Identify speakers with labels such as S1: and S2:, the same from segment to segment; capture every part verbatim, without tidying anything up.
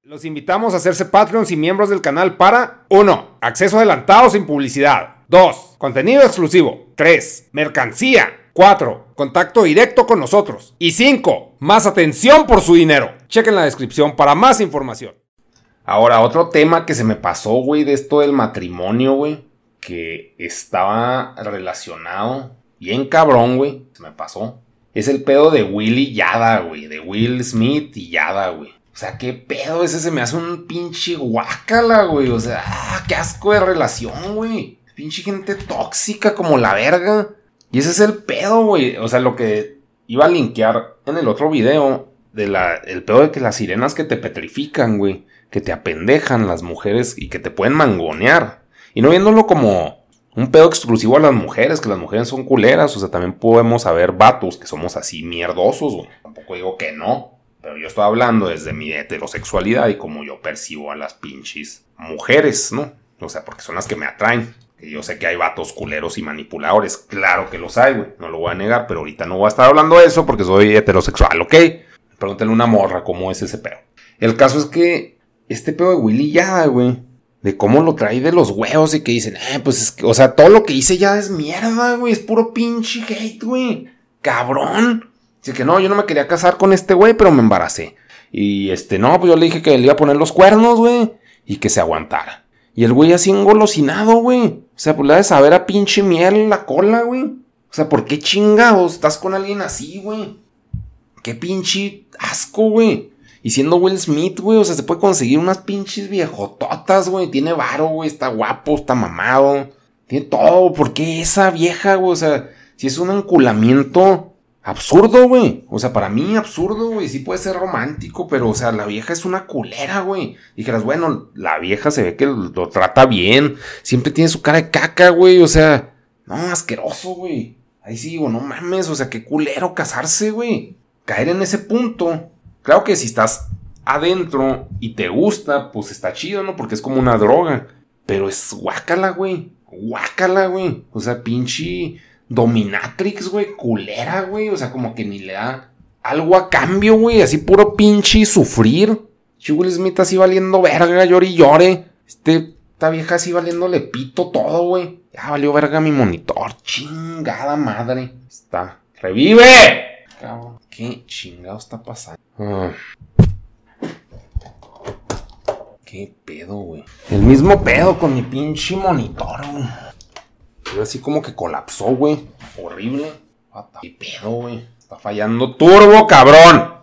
S1: Los invitamos a hacerse Patreons y miembros del canal para uno. Acceso adelantado sin publicidad. dos. Contenido exclusivo. tres. Mercancía. cuatro. Contacto directo con nosotros. Y cinco. Más atención por su dinero. Chequen la descripción para más información. Ahora, otro tema que se me pasó, güey, de esto del matrimonio, güey, que estaba relacionado bien cabrón, güey, se me pasó. Es el pedo de Will y Yada, güey, de Will Smith y Yada, güey. O sea, ¿qué pedo? Ese se me hace un pinche guácala, güey. O sea, ah, qué asco de relación, güey. Pinche gente tóxica como la verga. Y ese es el pedo, güey. O sea, lo que iba a linkear en el otro video de la, el pedo de que las sirenas que te petrifican, güey, que te apendejan las mujeres y que te pueden mangonear. Y no viéndolo como un pedo exclusivo a las mujeres, que las mujeres son culeras. O sea, también podemos haber vatos que somos así mierdosos, güey. Tampoco digo que no. Pero yo estoy hablando desde mi heterosexualidad y como yo percibo a las pinches mujeres, ¿no? O sea, porque son las que me atraen. Que yo sé que hay vatos culeros y manipuladores. Claro que los hay, güey. No lo voy a negar, pero ahorita no voy a estar hablando de eso porque soy heterosexual, ¿ok? Pregúntenle a una morra cómo es ese pedo. El caso es que este pedo de Willy Yada, güey, de cómo lo trae de los huevos y que dicen, eh, pues es que, o sea, todo lo que hice ya es mierda, güey. Es puro pinche hate, güey. Cabrón. Dice que no, yo no me quería casar con este güey, pero me embaracé. Y este, no, pues yo le dije que le iba a poner los cuernos, güey. Y que se aguantara. Y el güey así engolosinado, güey. O sea, pues le ha de saber a pinche miel en la cola, güey. O sea, ¿por qué chingados estás con alguien así, güey? Qué pinche asco, güey. Y siendo Will Smith, güey, o sea, se puede conseguir unas pinches viejototas, güey. Tiene varo, güey, está guapo, está mamado. Tiene todo. ¿Por qué esa vieja, güey? O sea, si es un enculamiento absurdo, güey. O sea, para mí absurdo, güey. Sí puede ser romántico, pero, o sea, la vieja es una culera, güey. Dijeras, bueno, la vieja se ve que lo, lo trata bien. Siempre tiene su cara de caca, güey. O sea, no, asqueroso, güey. Ahí sí digo, no mames, o sea, qué culero casarse, güey. Caer en ese punto. Claro que si estás adentro y te gusta, pues está chido, ¿no? Porque es como una droga. Pero es guácala, güey. Guácala, güey. O sea, pinche dominatrix, güey, culera, güey. O sea, como que ni le da algo a cambio, güey. Así puro pinche sufrir. Will Smith así valiendo verga, llore y llore. Este, esta vieja así valiéndole pito todo, güey. Ya valió verga mi monitor. Chingada madre. Está. ¡Revive! Cabrón, ¿qué chingado está pasando? Ah. ¿Qué pedo, güey? El mismo pedo con mi pinche monitor, güey. Así como que colapsó, güey. Horrible. ¿Qué pedo, güey? Está fallando turbo, cabrón.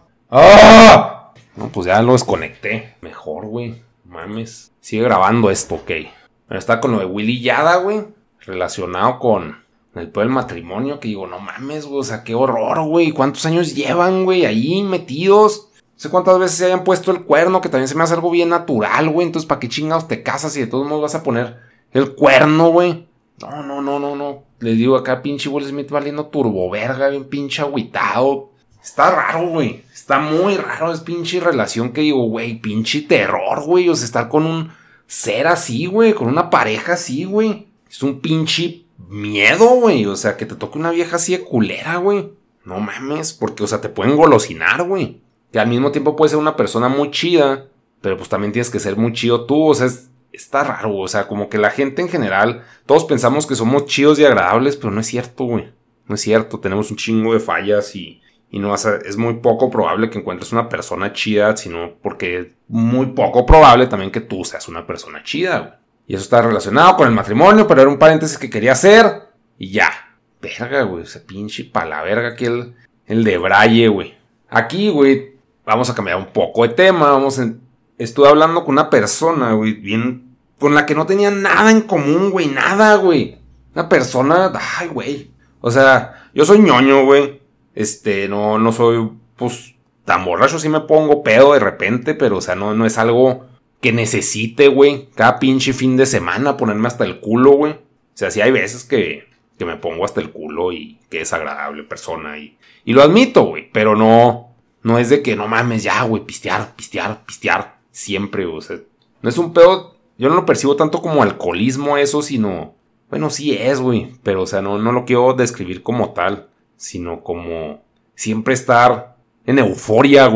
S1: ¡Ah! No, pues ya lo desconecté. Mejor, güey. Mames. Sigue grabando esto, ok. Pero está con lo de Willy Yada, güey. Relacionado con el pedo del matrimonio. Que digo, no mames, güey. O sea, qué horror, güey. ¿Cuántos años llevan, güey? Ahí metidos. No sé cuántas veces se hayan puesto el cuerno. Que también se me hace algo bien natural, güey. Entonces, ¿para qué chingados te casas y de todos modos vas a poner el cuerno, güey? No, no, no, no, no. Les digo acá, pinche Will Smith valiendo turbo verga, bien pinche agüitado. Está raro, güey. Está muy raro. Es pinche relación que digo, güey, pinche terror, güey. O sea, estar con un ser así, güey. Con una pareja así, güey. Es un pinche miedo, güey. O sea, que te toque una vieja así de culera, güey. No mames. Porque, o sea, te pueden golosinar, güey. Que al mismo tiempo puede ser una persona muy chida. Pero pues también tienes que ser muy chido tú. O sea, es... Está raro, o sea, como que la gente en general, todos pensamos que somos chidos y agradables, pero no es cierto, güey. No es cierto, tenemos un chingo de fallas y, y no vas a, es muy poco probable que encuentres una persona chida, sino porque es muy poco probable también que tú seas una persona chida, güey. Y eso está relacionado con el matrimonio, pero era un paréntesis que quería hacer y ya. Verga, güey, ese pinche pa' la verga aquí el, el de Braille, güey. Aquí, güey, vamos a cambiar un poco de tema, vamos en... Estuve hablando con una persona, güey, bien... Con la que no tenía nada en común, güey, nada, güey. Una persona... Ay, güey. O sea, yo soy ñoño, güey. Este, no, no soy, pues, tan borracho. Sí me pongo pedo de repente, pero, o sea, no, no es algo que necesite, güey. Cada pinche fin de semana ponerme hasta el culo, güey. O sea, sí hay veces que, que me pongo hasta el culo y qué desagradable persona. Y, y lo admito, güey, pero no... No es de que, no mames, ya, güey, pistear, pistear, pistear. Siempre, o sea, no es un pedo, yo no lo percibo tanto como alcoholismo eso, sino, bueno, sí es, güey, pero, o sea, no, no lo quiero describir como tal, sino como siempre estar en euforia, güey.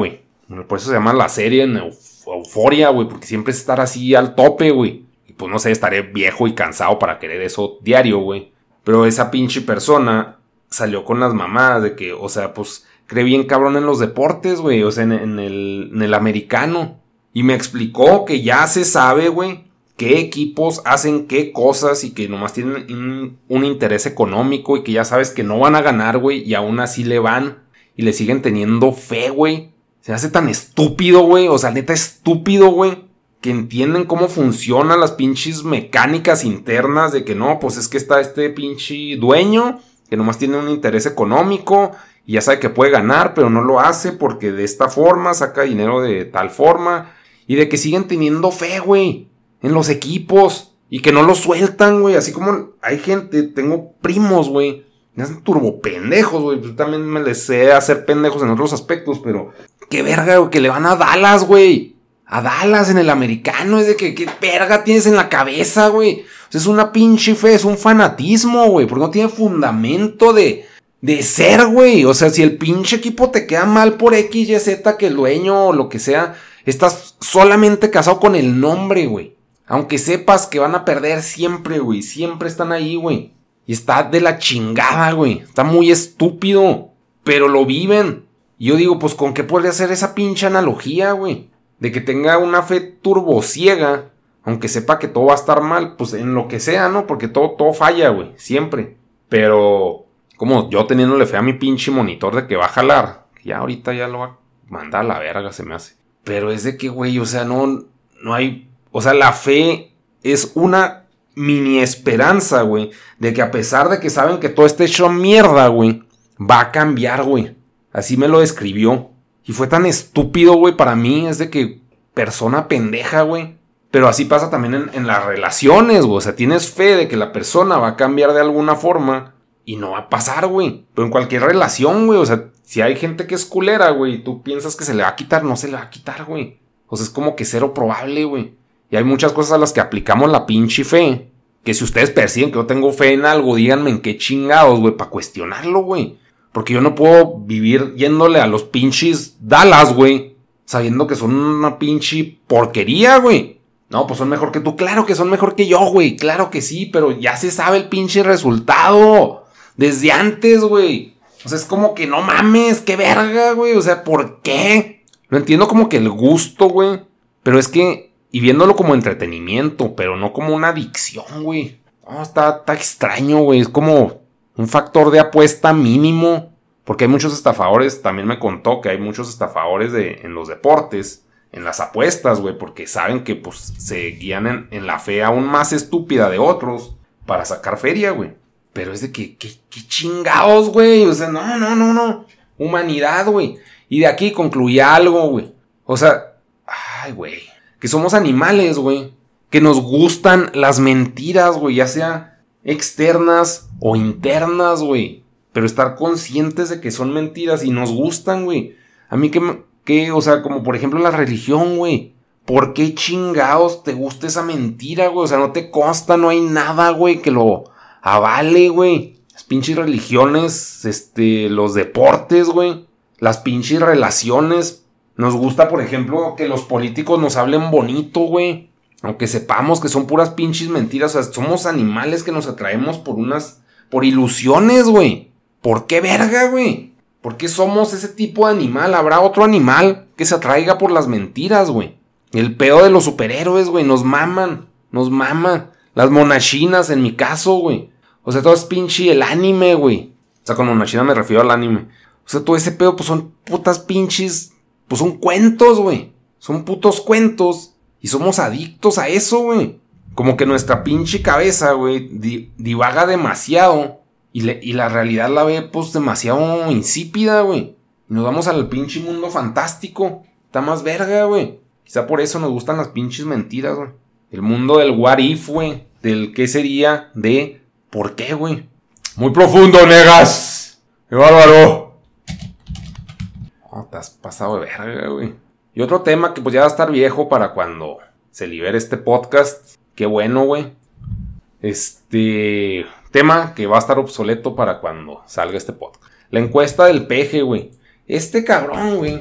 S1: Por eso se llama la serie en euf- euforia, güey, porque siempre es estar así al tope, güey. Y pues no sé, estaré viejo y cansado para querer eso diario, güey. Pero esa pinche persona salió con las mamadas de que, o sea, pues cree bien cabrón en los deportes, güey. O sea, en, en, el, en el americano. Y me explicó que ya se sabe, güey, qué equipos hacen qué cosas y que nomás tienen un, un interés económico y que ya sabes que no van a ganar, güey, y aún así le van y le siguen teniendo fe, güey. Se hace tan estúpido, güey, o sea, neta estúpido, güey, que entienden cómo funcionan las pinches mecánicas internas de que no, pues es que está este pinche dueño que nomás tiene un interés económico y ya sabe que puede ganar, pero no lo hace porque de esta forma saca dinero de tal forma y de que siguen teniendo fe, güey, en los equipos y que no lo sueltan, güey, así como hay gente, tengo primos, güey, me hacen turbo pendejos, güey, yo también me les sé hacer pendejos en otros aspectos, pero qué verga, güey, que le van a Dallas, güey, a Dallas en el americano, es de que qué verga tienes en la cabeza, güey, o sea, es una pinche fe, es un fanatismo, güey, porque no tiene fundamento de, de ser, güey, o sea, si el pinche equipo te queda mal por X, Y, Z, que el dueño o lo que sea, estás solamente casado con el nombre, güey, aunque sepas que van a perder siempre, güey, siempre están ahí, güey. Y está de la chingada, güey. Está muy estúpido. Pero lo viven. Y yo digo, pues, ¿con qué podría hacer esa pinche analogía, güey? De que tenga una fe turbociega. Aunque sepa que todo va a estar mal. Pues en lo que sea, ¿no? Porque todo, todo falla, güey. Siempre. Pero, como yo teniéndole fe a mi pinche monitor de que va a jalar. Ya ahorita ya lo va a mandar a la verga, se me hace. Pero es de que, güey, o sea, no, no hay... O sea, la fe es una mini esperanza, güey, de que a pesar de que saben que todo está hecho mierda, güey, va a cambiar, güey. Así me lo describió. Y fue tan estúpido, güey, para mí. Es de que persona pendeja, güey. Pero así pasa también en, en las relaciones, güey. O sea, tienes fe de que la persona va a cambiar de alguna forma y no va a pasar, güey. Pero en cualquier relación, güey. O sea, si hay gente que es culera, güey, y tú piensas que se le va a quitar, no se le va a quitar, güey. O sea, es como que cero probable, güey. Y hay muchas cosas a las que aplicamos la pinche fe. Que si ustedes perciben que yo tengo fe en algo, díganme en qué chingados, güey, para cuestionarlo, güey. Porque yo no puedo vivir yéndole a los pinches Dallas, güey, sabiendo que son una pinche porquería, güey. No, pues son mejor que tú. Claro que son mejor que yo, güey. Claro que sí, pero ya se sabe el pinche resultado. Desde antes, güey. O sea, es como que no mames, qué verga, güey. O sea, ¿por qué? Lo entiendo como que el gusto, güey. Pero es que... Y viéndolo como entretenimiento, pero no como una adicción, güey. No, está, está extraño, güey. Es como un factor de apuesta mínimo. Porque hay muchos estafadores, también me contó que hay muchos estafadores de, en los deportes, en las apuestas, güey. Porque saben que pues se guían en, en la fe aún más estúpida de otros para sacar feria, güey. Pero es de que, que, que chingados, güey. O sea, no, no, no, no. Humanidad, güey. Y de aquí concluía algo, güey. O sea, ay, güey. Que somos animales, güey. Que nos gustan las mentiras, güey. Ya sea externas o internas, güey. Pero estar conscientes de que son mentiras y nos gustan, güey. A mí que, que, o sea, como por ejemplo la religión, güey. ¿Por qué chingados te gusta esa mentira, güey? O sea, no te consta, no hay nada, güey, que lo avale, güey. Las pinches religiones, este, los deportes, güey. Las pinches relaciones. Nos gusta, por ejemplo, que los políticos nos hablen bonito, güey. Aunque sepamos que son puras pinches mentiras. O sea, somos animales que nos atraemos por unas... Por ilusiones, güey. ¿Por qué verga, güey? ¿Por qué somos ese tipo de animal? Habrá otro animal que se atraiga por las mentiras, güey. El pedo de los superhéroes, güey. Nos maman. Nos maman. Las monachinas, en mi caso, güey. O sea, todo es pinche el anime, güey. O sea, con monachina me refiero al anime. O sea, todo ese pedo, pues son putas pinches... Pues son cuentos, güey. Son putos cuentos. Y somos adictos a eso, güey. Como que nuestra pinche cabeza, güey, di- divaga demasiado. Y, le- y la realidad la ve, pues, demasiado insípida, güey. Y nos vamos al pinche mundo fantástico. Está más verga, güey. Quizá por eso nos gustan las pinches mentiras, güey. El mundo del what if, güey. Del qué sería, de por qué, güey. Muy profundo, negas. ¡Qué bárbaro! Oh, te has pasado de verga, güey. Y otro tema que pues ya va a estar viejo para cuando se libere este podcast. Qué bueno, güey. Este... Tema que va a estar obsoleto para cuando salga este podcast. La encuesta del peje, güey. Este cabrón, güey,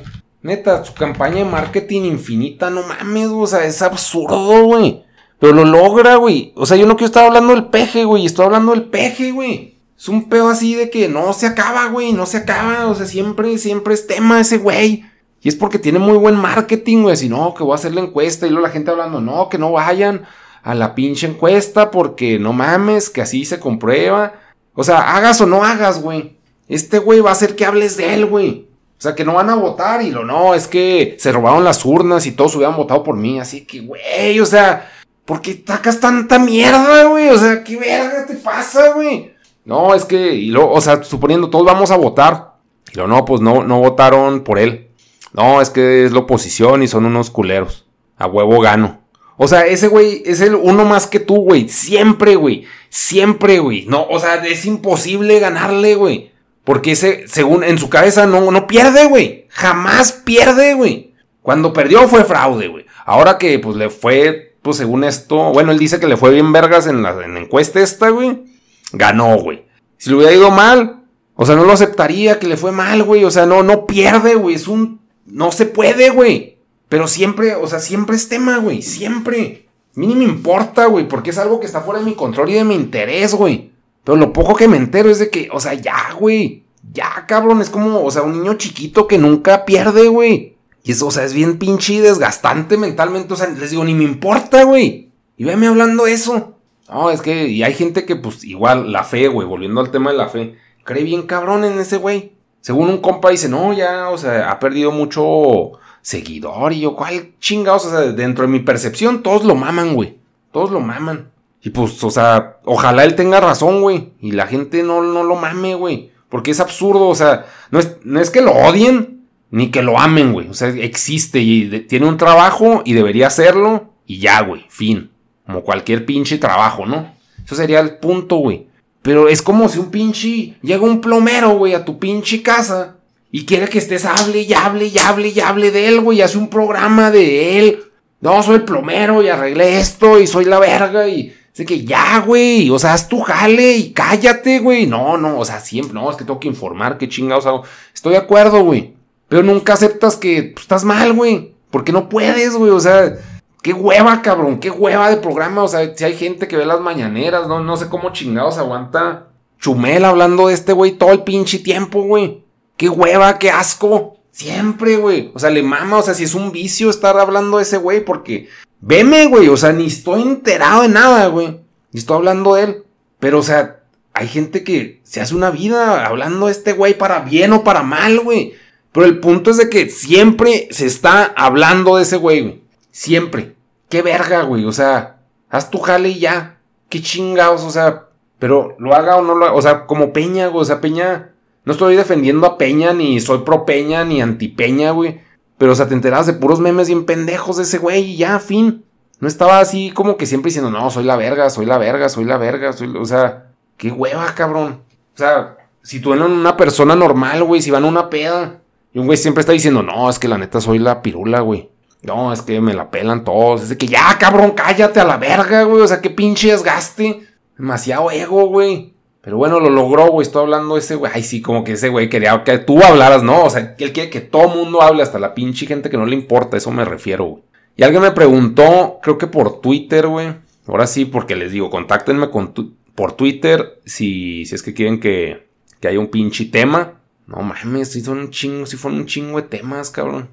S2: Neta, su campaña de marketing infinita, no mames, o sea, es absurdo, güey. Pero lo logra, güey. O sea, yo no quiero estar hablando del peje, güey. Estoy hablando del peje, güey. Es un pedo así de que no se acaba, güey. No se acaba. O sea, siempre, siempre es tema ese güey. Y es porque tiene muy buen marketing, güey. Si no, que voy a hacer la encuesta. Y luego la gente hablando, no, que no vayan a la pinche encuesta porque no mames, que así se comprueba. O sea, hagas o no hagas, güey. Este güey va a hacer que hables de él, güey. O sea, que no van a votar y lo no, es que se robaron las urnas y todos hubieran votado por mí. Así que, güey, o sea, ¿por qué sacas tanta mierda, güey? O sea, ¿qué verga te pasa, güey? No, es que, y luego, o sea, suponiendo todos vamos a votar. Y lo no, pues no, no votaron por él. No, es que es la oposición y son unos culeros. A huevo gano. O sea, ese güey es el uno más que tú, güey. Siempre, güey. Siempre, güey. No, o sea, es imposible ganarle, güey. Porque ese, según en su cabeza, no, no pierde, güey. Jamás pierde, güey. Cuando perdió fue fraude, güey. Ahora que, pues, le fue, pues, según esto... Bueno, él dice que le fue bien vergas en la, en la encuesta esta, güey. Ganó, güey. Si le hubiera ido mal, o sea, no lo aceptaría que le fue mal, güey. O sea, no, no pierde, güey. Es un... No se puede, güey. Pero siempre, o sea, siempre es tema, güey. Siempre. A mí ni me importa, güey. Porque es algo que está fuera de mi control y de mi interés, güey. Pero lo poco que me entero es de que, o sea, ya, güey. Ya, cabrón. Es como, o sea, un niño chiquito que nunca pierde, güey. Y eso, o sea, es bien pinche desgastante mentalmente. O sea, les digo, ni me importa, güey. Y véame hablando eso. No, es que, y hay gente que, pues, igual, la fe, güey. Volviendo al tema de la fe. Cree bien cabrón en ese güey. Según un compa dice, no, ya, o sea, ha perdido mucho seguidor. Y yo, ¿cuál chingados? O sea, dentro de mi percepción, todos lo maman, güey. Todos lo maman. Y pues, o sea, ojalá él tenga razón, güey. Y la gente no, no lo mame, güey. Porque es absurdo, o sea, no es, no es que lo odien, ni que lo amen, güey. O sea, existe y de, tiene un trabajo y debería hacerlo. Y ya, güey, fin. Como cualquier pinche trabajo, ¿no? Eso sería el punto, güey. Pero es como si un pinche... Llega un plomero, güey, a tu pinche casa. Y quiere que estés hable y hable y hable y hable de él, güey. Y hace un programa de él. No, soy el plomero y arreglé esto y soy la verga y... Así que ya, güey, o sea, haz tu jale y cállate, güey. No, no, o sea, siempre, no, es que tengo que informar qué chingados hago. Estoy de acuerdo, güey. Pero nunca aceptas que pues, estás mal, güey. Porque no puedes, güey, o sea, qué hueva, cabrón, qué hueva de programa. O sea, si hay gente que ve las mañaneras, no, no sé cómo chingados aguanta Chumel hablando de este güey todo el pinche tiempo, güey. Qué hueva, qué asco. Siempre, güey. O sea, le mama, o sea, si es un vicio estar hablando de ese güey porque... Veme, güey, o sea, ni estoy enterado de nada, güey. Ni estoy hablando de él. Pero, o sea, hay gente que se hace una vida hablando de este güey para bien o para mal, güey. Pero el punto es de que siempre se está hablando de ese güey, güey. Siempre. Qué verga, güey. O sea, haz tu jale y ya. Qué chingados, o sea. Pero lo haga o no lo haga. O sea, como Peña, güey. O sea, Peña. No estoy defendiendo a Peña, ni soy pro Peña, ni anti Peña, güey. Pero, o sea, te enterabas de puros memes bien pendejos de ese güey y ya, fin. No estaba así como que siempre diciendo, no, soy la verga, soy la verga, soy la verga, soy... O sea, qué hueva, cabrón. O sea, si tú eres una persona normal, güey, si van a una peda, y un güey siempre está diciendo, no, es que la neta soy la pirula, güey. No, es que me la pelan todos. Es de que ya, cabrón, cállate a la verga, güey. O sea, qué pinche desgaste. Demasiado ego, güey. Pero bueno, lo logró, güey. Estoy hablando de ese güey. Ay, sí, como que ese güey quería que tú hablaras, ¿no? O sea, que él quiere que todo mundo hable, hasta la pinche gente que no le importa. Eso me refiero, güey. Y alguien me preguntó, creo que por Twitter, güey. Ahora sí, porque les digo, contáctenme con tu, por Twitter si, si es que quieren que, que haya un pinche tema. No mames, si son un chingo, si fueron un chingo de temas, cabrón.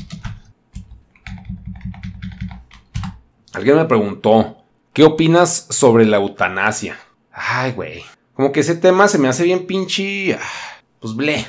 S2: Alguien me preguntó, ¿qué opinas sobre la eutanasia? Ay, güey. Como que ese tema se me hace bien pinche... Pues ble.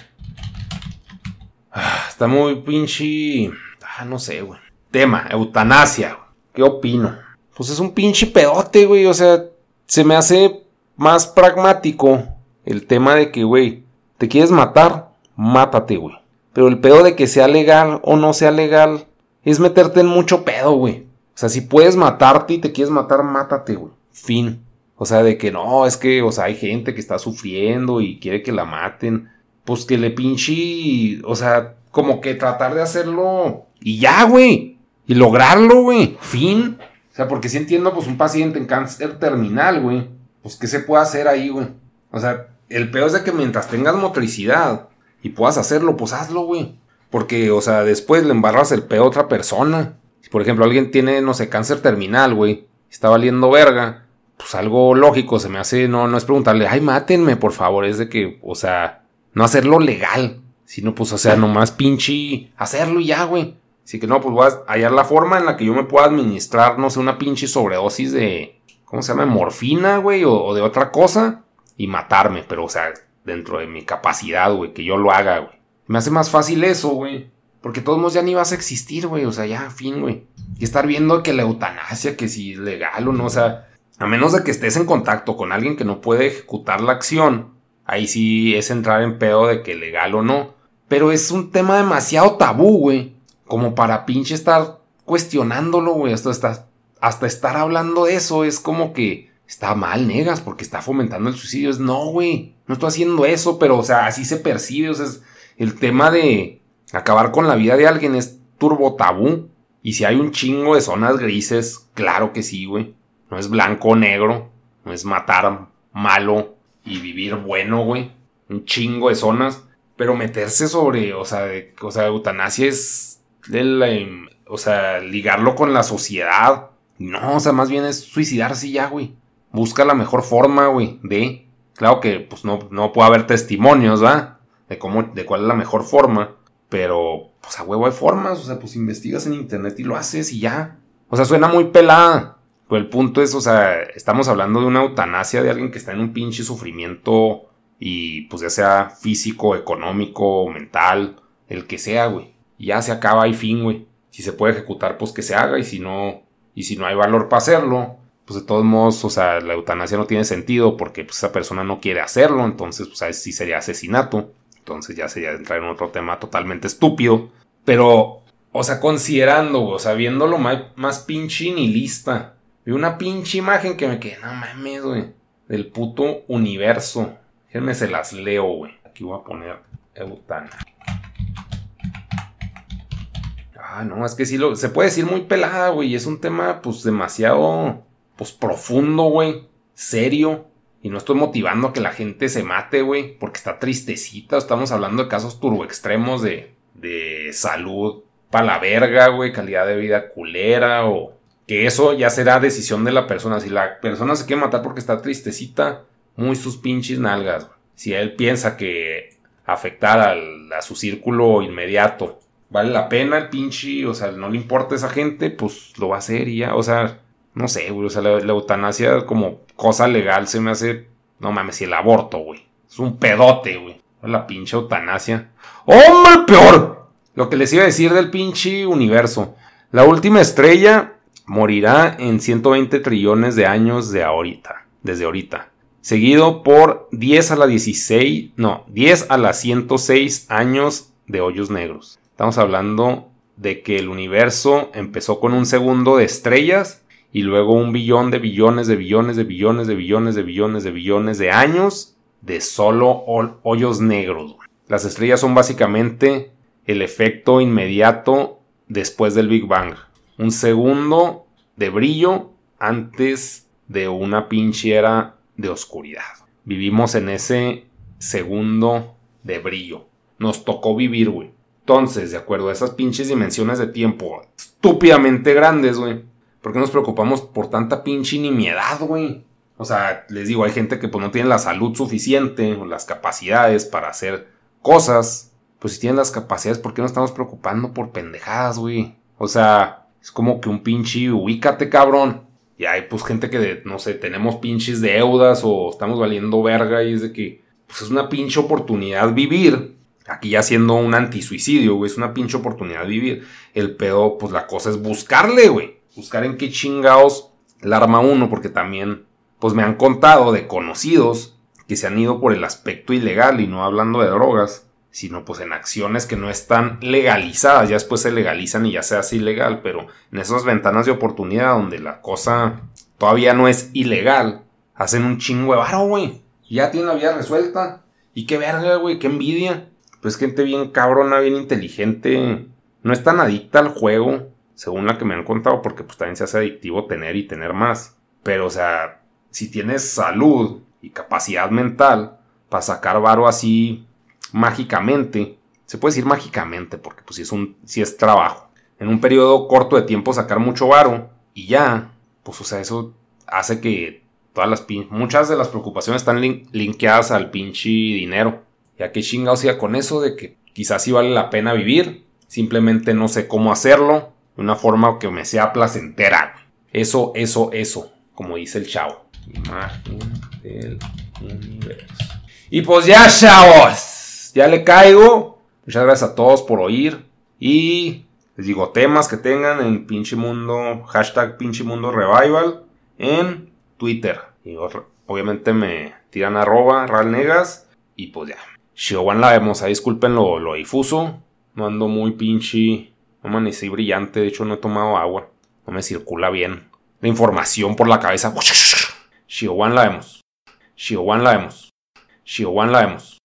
S2: Está muy pinche... Ah, no sé, güey. Tema, eutanasia. ¿Qué opino? Pues es un pinche pedote, güey. O sea, se me hace más pragmático el tema de que, güey, te quieres matar, mátate, güey. Pero el pedo de que sea legal o no sea legal es meterte en mucho pedo, güey. O sea, si puedes matarte y te quieres matar, mátate, güey. Fin. O sea, de que no, es que, o sea, hay gente que está sufriendo y quiere que la maten. Pues que le pinche, o sea, como que tratar de hacerlo y ya, güey. Y lograrlo, güey. Fin. O sea, porque si entiendo, pues un paciente en cáncer terminal, güey. Pues, ¿qué se puede hacer ahí, güey? O sea, el peor es de que mientras tengas motricidad y puedas hacerlo, pues hazlo, güey. Porque, o sea, después le embarras el pedo a otra persona. Si, por ejemplo, alguien tiene, no sé, cáncer terminal, güey, está valiendo verga, pues algo lógico se me hace, no, no es preguntarle, ay, mátenme, por favor, es de que, o sea, no hacerlo legal, sino, pues, o sea, nomás pinche hacerlo y ya, güey. Así que no, pues voy a hallar la forma en la que yo me pueda administrar, no sé, una pinche sobredosis de, ¿cómo se llama? Morfina, güey, o, o de otra cosa, y matarme, pero, o sea, dentro de mi capacidad, güey, que yo lo haga, güey. Me hace más fácil eso, güey. Porque todos modos ya ni vas a existir, güey. O sea, ya, fin, güey. Y estar viendo que la eutanasia, que si es legal o no. O sea, a menos de que estés en contacto con alguien que no puede ejecutar la acción, ahí sí es entrar en pedo de que legal o no. Pero es un tema demasiado tabú, güey. Como para pinche estar cuestionándolo, güey. Hasta, hasta, hasta estar hablando de eso es como que está mal, negas, porque está fomentando el suicidio. Es no, güey. No estoy haciendo eso, pero, o sea, así se percibe. O sea, es... El tema de acabar con la vida de alguien es turbo tabú. Y si hay un chingo de zonas grises, claro que sí, güey. No es blanco o negro. No es matar malo y vivir bueno, güey. Un chingo de zonas. Pero meterse sobre, o sea, de, o sea, eutanasia es, de la, o sea, ligarlo con la sociedad. No, o sea, más bien es suicidarse ya, güey. Busca la mejor forma, güey, de... Claro que, pues, no, no puede haber testimonios, ¿verdad? De cómo, de cuál es la mejor forma, pero pues a huevo hay formas, o sea, pues investigas en internet y lo haces y ya. O sea, suena muy pelada, pero el punto es, o sea, estamos hablando de una eutanasia de alguien que está en un pinche sufrimiento y pues ya sea físico, económico, mental, el que sea, güey. Y ya se acaba y fin, güey. Si se puede ejecutar, pues que se haga, y si no, y si no hay valor para hacerlo, pues de todos modos, o sea, la eutanasia no tiene sentido porque pues, esa persona no quiere hacerlo, entonces pues ahí sí sería asesinato. Entonces ya sería entrar en otro tema totalmente estúpido. Pero, o sea, considerando, o sea, viéndolo más, más pinche nihilista. Vi una pinche imagen que me quedé, no mames, güey. Del puto universo. Déjenme se las leo, güey. Aquí voy a poner eutanasia. Ah, no, es que sí lo... Se puede decir muy pelada, güey. Y es un tema, pues, demasiado... Pues, profundo, güey. Serio. Y no estoy motivando a que la gente se mate, güey, porque está tristecita. Estamos hablando de casos turbo extremos de, de salud pa' la verga, güey, calidad de vida culera, o que eso ya será decisión de la persona. Si la persona se quiere matar porque está tristecita, muy sus pinches nalgas, güey. Si él piensa que afectar al, a su círculo inmediato vale la pena, el pinche, o sea, no le importa a esa gente, pues lo va a hacer y ya, o sea... No sé, güey, o sea, la, la eutanasia como cosa legal se me hace... No mames, si el aborto, güey. Es un pedote, güey. La pinche eutanasia. ¡Hombre, peor! Lo que les iba a decir del pinche universo. La última estrella morirá en ciento veinte trillones de años de ahorita. Desde ahorita. Seguido por diez a la dieciséis... No, diez a la ciento seis años de hoyos negros. Estamos hablando de que el universo empezó con un segundo de estrellas... Y luego un billón de billones de billones de billones de billones de billones de billones de años de solo hoyos negros. Las estrellas son básicamente el efecto inmediato después del Big Bang. Un segundo de brillo antes de una pinche era de oscuridad. Vivimos en ese segundo de brillo. Nos tocó vivir, güey. Entonces, de acuerdo a esas pinches dimensiones de tiempo estúpidamente grandes, güey. ¿Por qué nos preocupamos por tanta pinche nimiedad, güey? O sea, les digo, hay gente que pues no tiene la salud suficiente o las capacidades para hacer cosas. Pues si tienen las capacidades, ¿por qué no estamos preocupando por pendejadas, güey? O sea, es como que un pinche ubícate, cabrón. Y hay pues gente que, de, no sé, tenemos pinches deudas o estamos valiendo verga y es de que pues es una pinche oportunidad vivir. Aquí ya siendo un antisuicidio, güey, es una pinche oportunidad vivir. El pedo, pues la cosa es buscarle, güey. Buscar en qué chingados la arma uno, porque también, pues me han contado de conocidos que se han ido por el aspecto ilegal y no hablando de drogas, sino pues en acciones que no están legalizadas, ya después se legalizan y ya se hace ilegal, pero en esas ventanas de oportunidad donde la cosa todavía no es ilegal, hacen un chingo de varo, güey, y ya tienen la vida resuelta, y qué verga, güey, qué envidia, pues gente bien cabrona, bien inteligente, no es tan adicta al juego, según la que me han contado, porque pues también se hace adictivo tener y tener más. Pero, o sea, si tienes salud y capacidad mental para sacar varo así mágicamente, se puede decir mágicamente, porque pues sí es, un, sí es trabajo. En un periodo corto de tiempo sacar mucho varo y ya, pues o sea, eso hace que todas las pin- muchas de las preocupaciones están lin- linkeadas al pinche dinero. Ya que chingados siga con eso de que quizás sí vale la pena vivir, simplemente no sé cómo hacerlo de una forma que me sea placentera. Eso, eso, eso, como dice el chavo. Imagen del universo. Y pues ya, chavos, ya le caigo. Muchas gracias a todos por oír. Y les digo, temas que tengan en pinche mundo, hashtag pinche mundo revival en Twitter. Y obviamente me tiran arroba ralnegas. Y pues ya. Chihuahua la vemos, ahí disculpen lo, lo difuso. No ando muy pinche. No amanecí brillante, de hecho no he tomado agua. No me circula bien la información por la cabeza. Chihuahua la vemos. Chihuahua la vemos. Chihuahua la vemos.